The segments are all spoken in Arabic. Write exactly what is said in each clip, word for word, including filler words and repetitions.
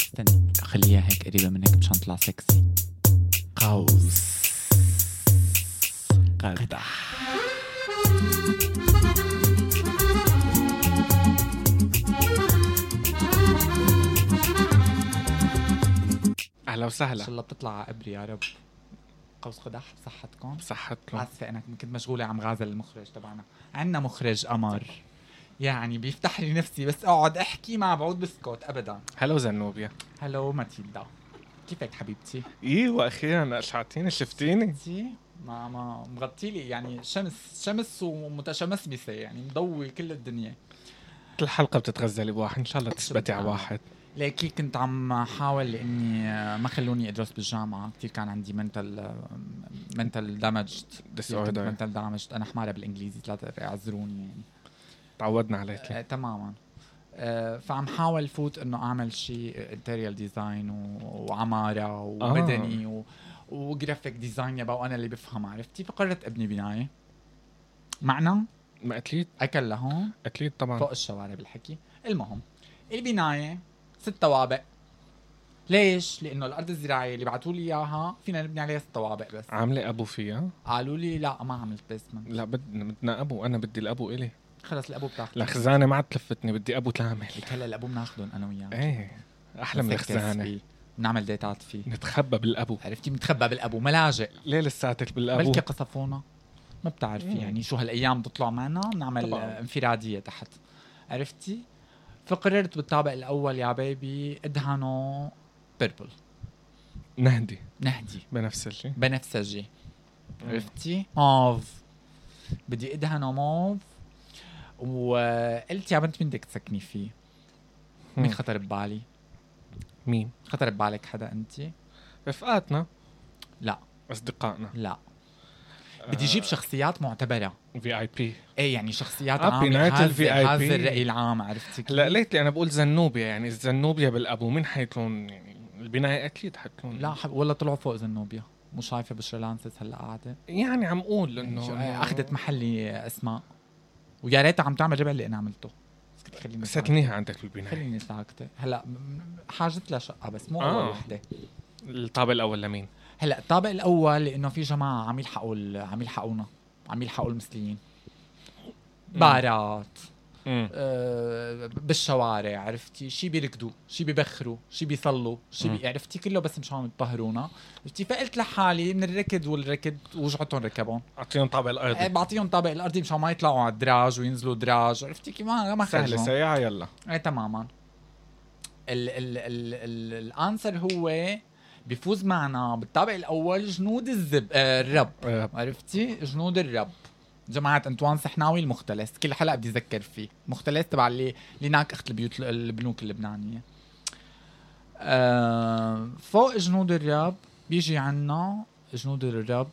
استني خليها هيك قريبة منك مشان تطلع سكسي. قوس قدح. اهلا وسهلا. ان شاء الله بتطلع عبري يا رب. قوس قدح بصحتكم. بصحتكم. اسفة انا كنت مشغولة عم غازل المخرج تبعنا. عنا مخرج قمر يعني بيفتح لي نفسي بس اقعد احكي مع بعود بسكوت ابدا. هلو زنوبيا. هلو ماتيلدا، كيفك حبيبتي؟ ايوه اخيرا اشعتيني شفتيني. شفتي ما ما مغطي لي يعني شمس شمس ومتشمسمسه يعني مضوي كل الدنيا. كل حلقه بتتغزلي بواحد، ان شاء الله تثبتي على واحد. ليكي كنت عم حاول لاني ما خلوني ادرس بالجامعه، كثير كان عندي منتال منتال دامجد ديسوردر. منتال دامجد. انا حماره بالانجليزي ثلاثه اعذروني يعني. تعودنا عليك. آه تماما. آه فعم حاول فوت انه اعمل شيء انتيريال ديزاين وعماره ومدني آه. وجرافيك ديزاين يبقى وانا اللي بفهم عرفتي. فقررت ابني بنايه معنا ما اكيد اكل لهون اكيد طبعا فوق الشوارع بالحكي. المهم البنايه ست طوابق. ليش؟ لانه الارض الزراعيه اللي بعثوا لي اياها فينا نبني عليها ست طوابق بس. عامله ابو فيها؟ قالوا لي لا ما عملت بيسمنت. لا بدنا بدنا ابو، انا بدي الابو الي. خلص الابو بتاخذ. الخزانه ما عاد تلفتني، بدي ابو كامل. هلا الابو بناخذهم انا وياه. ايه احلى من الخزانه. بنعمل ديتات فيه، نتخبى بالابو. عرفتي بنتخبى بالابو ملاجئ. ليه لساتك بالابو؟ بلكي قصفونا ما بتعرفي مم. يعني شو هالايام بتطلع معنا بنعمل طبعا. انفراديه تحت عرفتي. فقررت بالطابق الاول يا بيبي ادهنه بيربل نهدي نهدي بنفسجي بنفسجي عرفتي. موف بدي ادهنه موف. وقلت يا بنت مين بدك تسكني فيه؟ مين خطر ببالي؟ مين خطر ببالك حدا انتي؟ رفقاتنا؟ لا اصدقائنا؟ لا بدي اجيب شخصيات معتبره في اي بي. ايه يعني شخصيات آه عامه هذا الفي اي هذا بي. الرأي العام عرفتي كيف؟ لا ليتلي انا بقول زنوبيا، يعني الزنوبيا بالابو مين حيكون؟ يعني البنايه اكيد حتكون. لا حب... ولا طلعوا فوق زنوبيا. مو شايفه بشرى لانسس هلا قاعده يعني عم اقول انه يعني اخذت محلي اسماء ويا ريتها عم تعمل ربع اللي انا عملته. بس كنت خليني سكنيها عندك بالبنايه. خليني ساكته. هلا حاجت لها شقه بس مو آه. اول وحده. الطابق الاول لمين؟ هلا الطابق الاول لانه في جماعه عم يلحقوا عم يلحقونا عم يلحقوا المثليين بارات آه بالشوارع عرفتي. شي بيركضوا شي بيبخروا شي بيصلوا شي بي... عرفتي كله بس مشان يطهرونا عرفتي. فقلت لحالي من الركض والركض وجعتهم ركبهم اعطيهم طابق الارضي. أه بعطيهم طابق الارضي مشان ما يطلعوا على الدراج وينزلوا دراج عرفتي كيف. ما ما سهله سريعه يلا. اي تماما. ال ال ال ال الانسر هو بيفوز معنا بالطابق الاول جنود الزب آه الرب أه. عرفتي. جنود الرب جماعة انطوان سحناوي المختلس. كل حلقة بدي اذكر فيه مختلس تبع اللي اللي هناك اخت البيوت البنوك اللبنانية. آه فوق جنود الرب بيجي عنا جنود الرب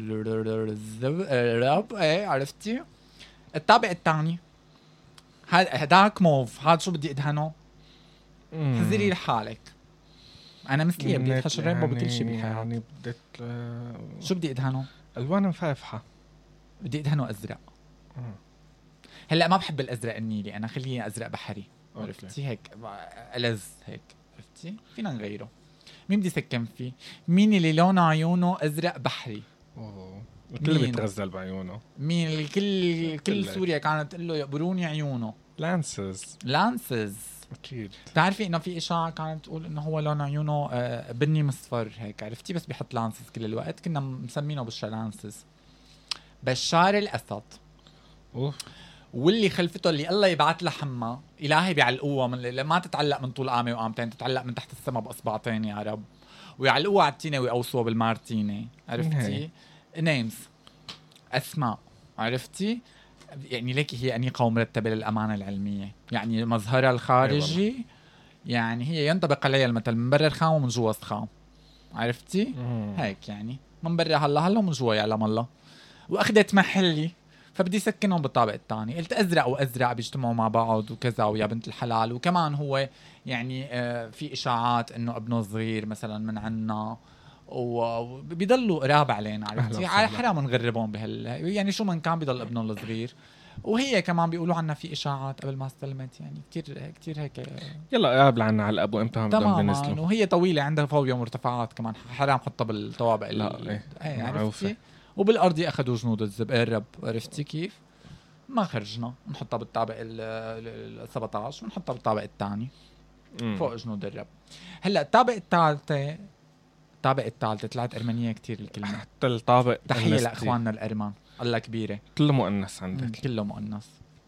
الرب ايه عرفتي. الطابق الثاني هداك موف. هاد شو بدي ادهنه؟ حذري لحالك انا مثلي بدي اتحشر رينبو بكل شيء بالحياة. يعني بدك شو بدي ادهنه؟ الوان مفافحه. بدي ادهنه ازرق. هلا ما بحب الازرق النيلي انا، خليه ازرق بحري عرفتي هيك ألذ هيك عرفتي. فينا نغيره. مين بدي سكن فيه؟ مين اللي لونه عيونه ازرق بحري؟ اوه الكل بيتغزل بعيونه. مين الكل كل سوريا كانت تقول له يقبروني عيونه. لانسز لانسز اكيد. بتعرفي انه في اشاعه كانت تقول انه هو لون عيونه آه بني مصفر هيك عرفتي بس بيحط لانسز كل الوقت. كنا مسمينه بشار لانسز. بشار الاسد. اوف. واللي خلفته اللي الله يبعث لها حمى الهي بيعلقوها من ما تتعلق من طول قامه وقامتين، تتعلق من تحت السما باصبعتين يا رب، ويعلقوها على التينه ويقوصوها بالمارتيني عرفتي. نيمز اسماء عرفتي. يعني ليك هي انيقه ومرتبه للامانه العلميه. يعني مظهرها الخارجي يعني هي ينطبق عليها المثل من برا رخام ومن جوا سخام عرفتي. مم. هيك يعني من برا هلا هلا ومن جوا يعلم الله. واخذت محلي فبدي سكنهم بالطابق الثاني. قلت ازرق وازرق بيجتمعوا مع بعض وكذا ويا بنت الحلال. وكمان هو يعني آه في اشاعات انه ابنه صغير مثلا من عنا وبيضلوا قراب علينا عرفتي. على حرام نغربهم بهال يعني شو من كان بيضل ابنه الصغير وهي كمان بيقولوا عنها في اشاعات قبل ما استلمت، يعني كتير كتير هيك. يلا قابل عنا على الابو امتى هم بدهم ينزلوا. وهي طويله عندها فوبيا مرتفعات كمان، حرام حطها بالطوابق. لا ايه, ايه عرفتي. وبالارضي اخذوا جنود الزبقرب، عرفتي كيف؟ ما خرجنا نحطها بالطابق ال سبعطعش ونحطها بالطابق الثاني فوق جنود الرب. هلا الطابق الثالثه الطابق الثالثه طلعت ارمنيه كتير الكلمه. حتى الطابق تحيه لاخواننا الارمان، الله كبيره، كله مؤنث عندك. كله مؤنث.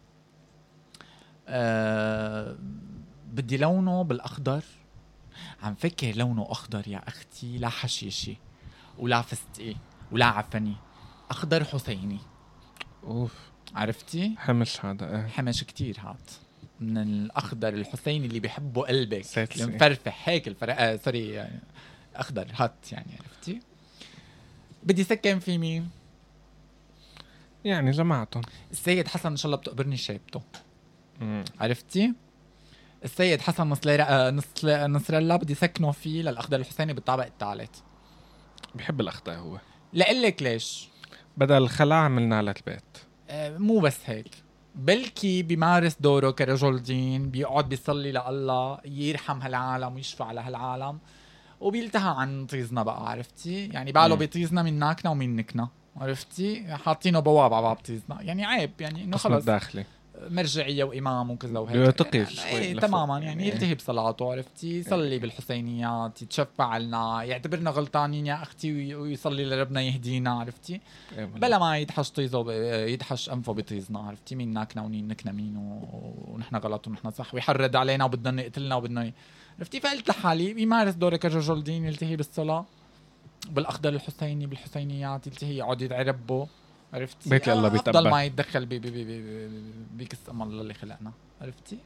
أه بدي لونه بالاخضر، عم فكر لونه اخضر يا اختي، لا حشيشي ولا فستقي ولا عفني، اخضر حسيني. اوف عرفتي؟ حمش هذا. ايه حمش كتير هات من الاخضر الحسيني اللي بيحبه قلبك، ساتسي. المفرفح هيك الفرق. آه سوري يعني اخضر هات يعني. عرفتي؟ بدي سكن في مين؟ يعني جماعتهم السيد حسن ان شاء الله بتقبرني شيبته. مم. عرفتي؟ السيد حسن نصر نصر الله بدي سكنه فيه للاخضر الحسيني بالطابق الثالث. بحب الاخضر هو. لقلك ليش بدل الخلع عملنا لك البيت. آه مو بس هيك، بلكي بيمارس دوره كرجل دين، بيقعد بيصلي لله يرحم هالعالم ويشفع على هالعالم، وبيلتهى عن طيزنا بقى. عرفتي؟ يعني باله بيطيزنا من ناكنا ومن نكنا. عرفتي؟ حاطينه بواب على باب طيزنا، يعني عيب يعني انه خلص داخلي مرجعيه وامام وكذا وهيك. يعتقي شوي ايه تماما يعني يلتهي بصلاته. عرفتي؟ يصلي بالحسينيات، يتشفع لنا، يعتبرنا غلطانين يا اختي ويصلي لربنا يهدينا. عرفتي؟ بلا ما يدحش طيزه يدحش انفه بطيزنا. عرفتي؟ مين ناكنا ومين نكنا مين ونحن غلط ونحن صح، ويحرض علينا وبدنا نقتلنا وبدنا. عرفتي؟ فقلت لحالي بيمارس دوره كرجل دين، يلتهي بالصلاه بالاخضر الحسيني بالحسينيات، يلتهي يقعد يدعي ربه. عرفتي؟ بيت الله بيتبع، افضل ما يتدخل بي بي بي بي بكس ام الله اللي خلقنا. عرفتي؟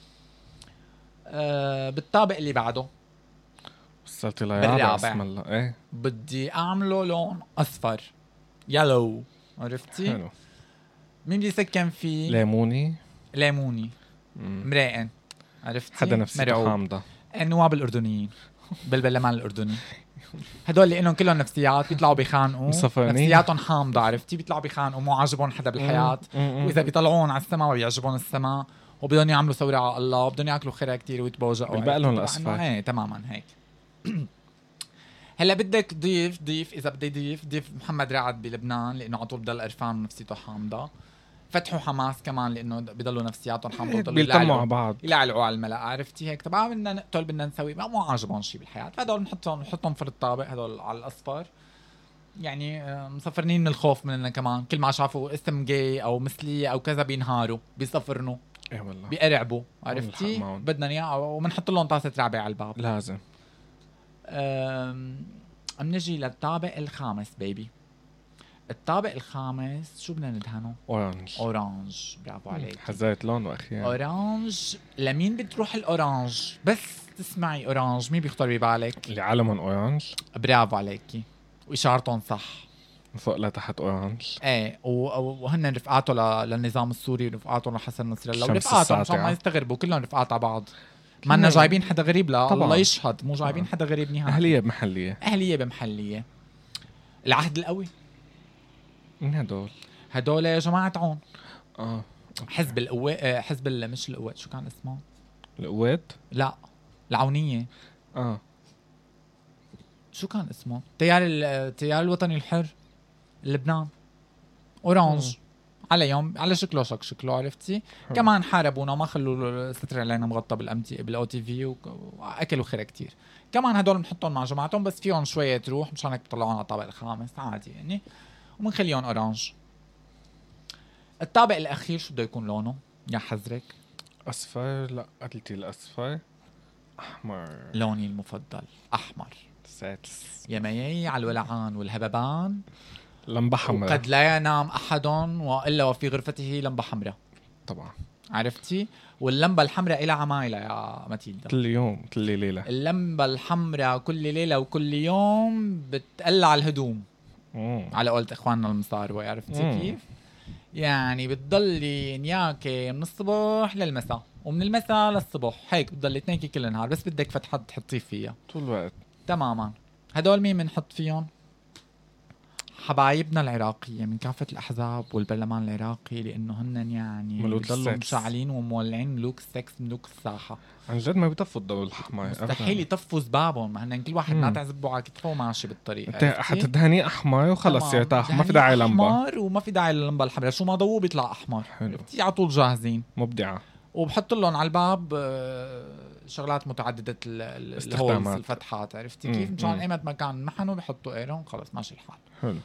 آه بالطابق اللي بعده وصلت لي اسم الله. ايه بدي اعمله لون اصفر يلو. عرفتي؟ حلو. مين بدي يسكن فيه؟ ليموني ليموني مرائن. عرفتي؟ حدا نفسيته حامضه. النواب الاردنيين بالبرلمان الاردني هدول اللي انهم كلهم نفسيات بيطلعوا بيخانقوا، نفسياتهم حامضه. عرفتي؟ بيطلعوا بيخانقوا، مو عاجبهم حدا بالحياه، واذا بيطلعون على السماء وبيعجبون السماء، وبدهم يعملوا ثوره على الله، وبدهم ياكلوا خيرها كتير ويتبوجقوا. بقى لهم الاصفر. ايه تماما هيك. هلا بدك ضيف ضيف اذا بدي ضيف ضيف محمد رعد بلبنان لانه على طول بضل قرفان ونفسيته حامضه. فتحوا حماس كمان لانه بضلوا نفسياتهم حامضه، بيلتموا على بعض، يلعلقوا على الملأ. عرفتي هيك؟ طبعا بدنا نقتل، بدنا نسوي، ما مو عاجبهم شيء بالحياه، فهدول نحطهم نحطهم في الطابق هدول على الاصفر. يعني مصفرنين من الخوف مننا كمان، كل ما شافوا اسم جاي او مثليه او كذا بينهاروا بيصفرنوا. اي والله بيقرعبوا. عرفتي؟ بدنا اياه وبنحط لهم طاسه رعبه على الباب لازم. امم نجي للطابق الخامس بيبي. الطابق الخامس شو بدنا ندهنه؟ اورانج. اورانج، برافو عليك، حزيت لونه اخيرا. اورانج. لمين بتروح الاورانج؟ بس تسمعي اورانج مين بيخطر ببالك؟ اللي عالمهم اورانج. برافو عليكي، واشارتهم صح، فوق لتحت اورانج. ايه وهن رفقاته للنظام السوري، رفقاته لحسن نصر الله، ورفقاته مشان ما يستغربوا كلهم رفقات على بعض. ما لنا جايبين حدا غريب، لا الله يشهد مو جايبين حدا غريب نهائي. اهليه بمحليه، اهليه بمحليه. العهد القوي مين هدول؟ هدول جماعه عون. اه حزب القوات، حزب مش القوات، شو كان اسمه؟ القوات؟ لا العونيه. اه شو كان اسمه؟ تيار التيار الوطني الحر لبنان. اورانج عليهم على شكله شك شكله. عرفتي؟ حلو. كمان حاربونا ما خلوا الستر علينا مغطى بالامتي بالاو تي في واكلوا خير كتير. كمان هدول بنحطهم مع جماعتهم بس فيهم شويه تروح مشان هيك بيطلعون على الطابق الخامس عادي يعني، وبنخليهم اورانج. الطابق الاخير شو بده يكون لونه يا حزرك؟ اصفر. لا قلتي الاصفر. احمر. لوني المفضل احمر. ساتس يا مياي على الولعان والهببان. لمبة حمراء. وقد لا ينام احد والا وفي غرفته لمبة حمراء. طبعا. عرفتي؟ واللمبة الحمراء إلى عمايلة يا ماتيلدا. كل يوم كل ليلة. اللمبة الحمراء كل ليلة وكل يوم بتقلع الهدوم. مم. على قولة إخواننا المصاروة. عرفتي مم. كيف؟ يعني بتضلي نياكي من الصبح للمساء ومن المساء للصبح، هيك بتضلي تنيكي كل النهار، بس بدك فتحة تحطيه فيها طول الوقت. تماما. هدول مين بنحط فيهم؟ حبايبنا العراقية من كافة الأحزاب والبرلمان العراقي، لأنه هن يعني بيضلوا مشعلين ومولعين ملوك السكس ملوك الساحة. عن جد ما بيطفوا الضوء الأحمر، مستحيل يطفوا زبابهم، ما هن كل واحد ناطع زبه على كتفه وماشي بالطريق. انت حتدهني أحمر وخلص يرتاح، ما في داعي لمبة أحمر وما في داعي للمبة الحمراء، شو ما ضووا بيطلع أحمر. عرفتي على طول جاهزين. مبدعة. وبحط لهم على الباب شغلات متعددة الهولز الفتحات. عرفتي كيف؟ مشان ايمت مكان محنوا بيحطوا ايرون خلص ماشي الحال. حلو.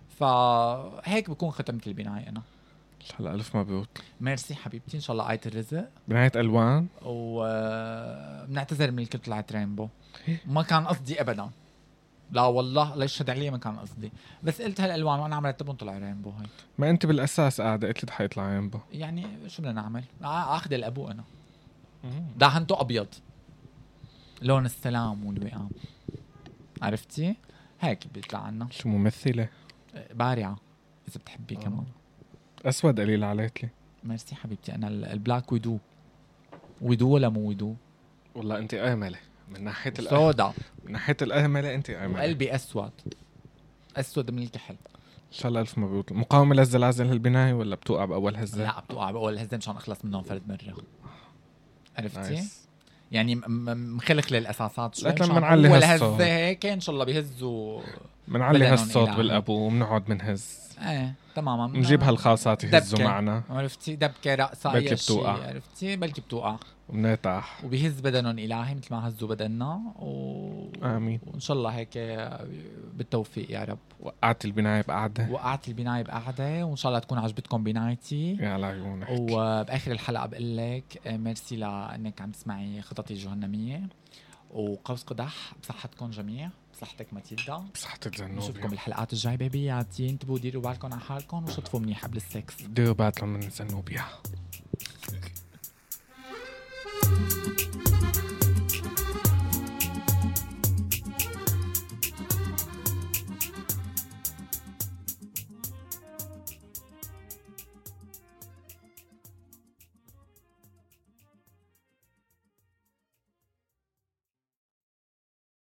فهيك بكون ختمت البناية انا. هلا الف مبروك. ميرسي حبيبتي، ان شاء الله آية الرزق. بناية الوان. وبنعتذر من الكل طلعت رينبو، ما كان قصدي ابدا، لا والله لا يشهد علي ما كان قصدي، بس قلت هالالوان وانا عم رتبهم طلع رينبو. هيك ما انت بالاساس قاعده قلت لي حيطلع رينبو، يعني شو بدنا نعمل؟ اخذ الابو انا دهنته ابيض لون السلام والوئام. عرفتي هيك بيطلع عنا. شو ممثله بارعه اذا بتحبي. أوه. كمان اسود قليل عليك لي. ميرسي حبيبتي. انا البلاك ويدو ويدو ولا مو ويدو؟ والله انت ارمله من ناحيه السودا، من ناحيه الارمله انت ارمله. قلبي اسود اسود من الكحل. ان شاء الله الف مبروك. مقاومه للزلازل هالبنايه ولا بتوقع باول هزه؟ لا بتوقع باول هزه مشان اخلص منهم فرد مره. عرفتي يعني مخلخ للاساسات شوي لما نعلي هالصوت هيك ان شاء الله بيهزوا بنعلي هالصوت بالابو وبنقعد بنهز. ايه تماما نجيب هالخاصات يهزوا معنا. عرفتي دبكه رقصه بلكي بتوقع. عرفتي بلكي بتوقع وبنرتاح وبيهز بدنهم الهي مثل ما هزوا بدننا و... امين. وان شاء الله هيك بالتوفيق يا رب. وقعت البنايه بقعده وقعت البنايه بقعده وان شاء الله تكون عجبتكم بنايتي يا عيونك. وباخر الحلقه بقول لك ميرسي لانك عم تسمعي خططي الجهنميه، وقوس قدح بصحتكم جميع، بصحتك ماتيلدا، بصحة الزنوبيا. نشوفكم الحلقات الجاي بيبياتي. انتبهوا ديروا بالكم على حالكم وشطفوا منيح قبل السكس. ديروا بالكم من الزنوبيا.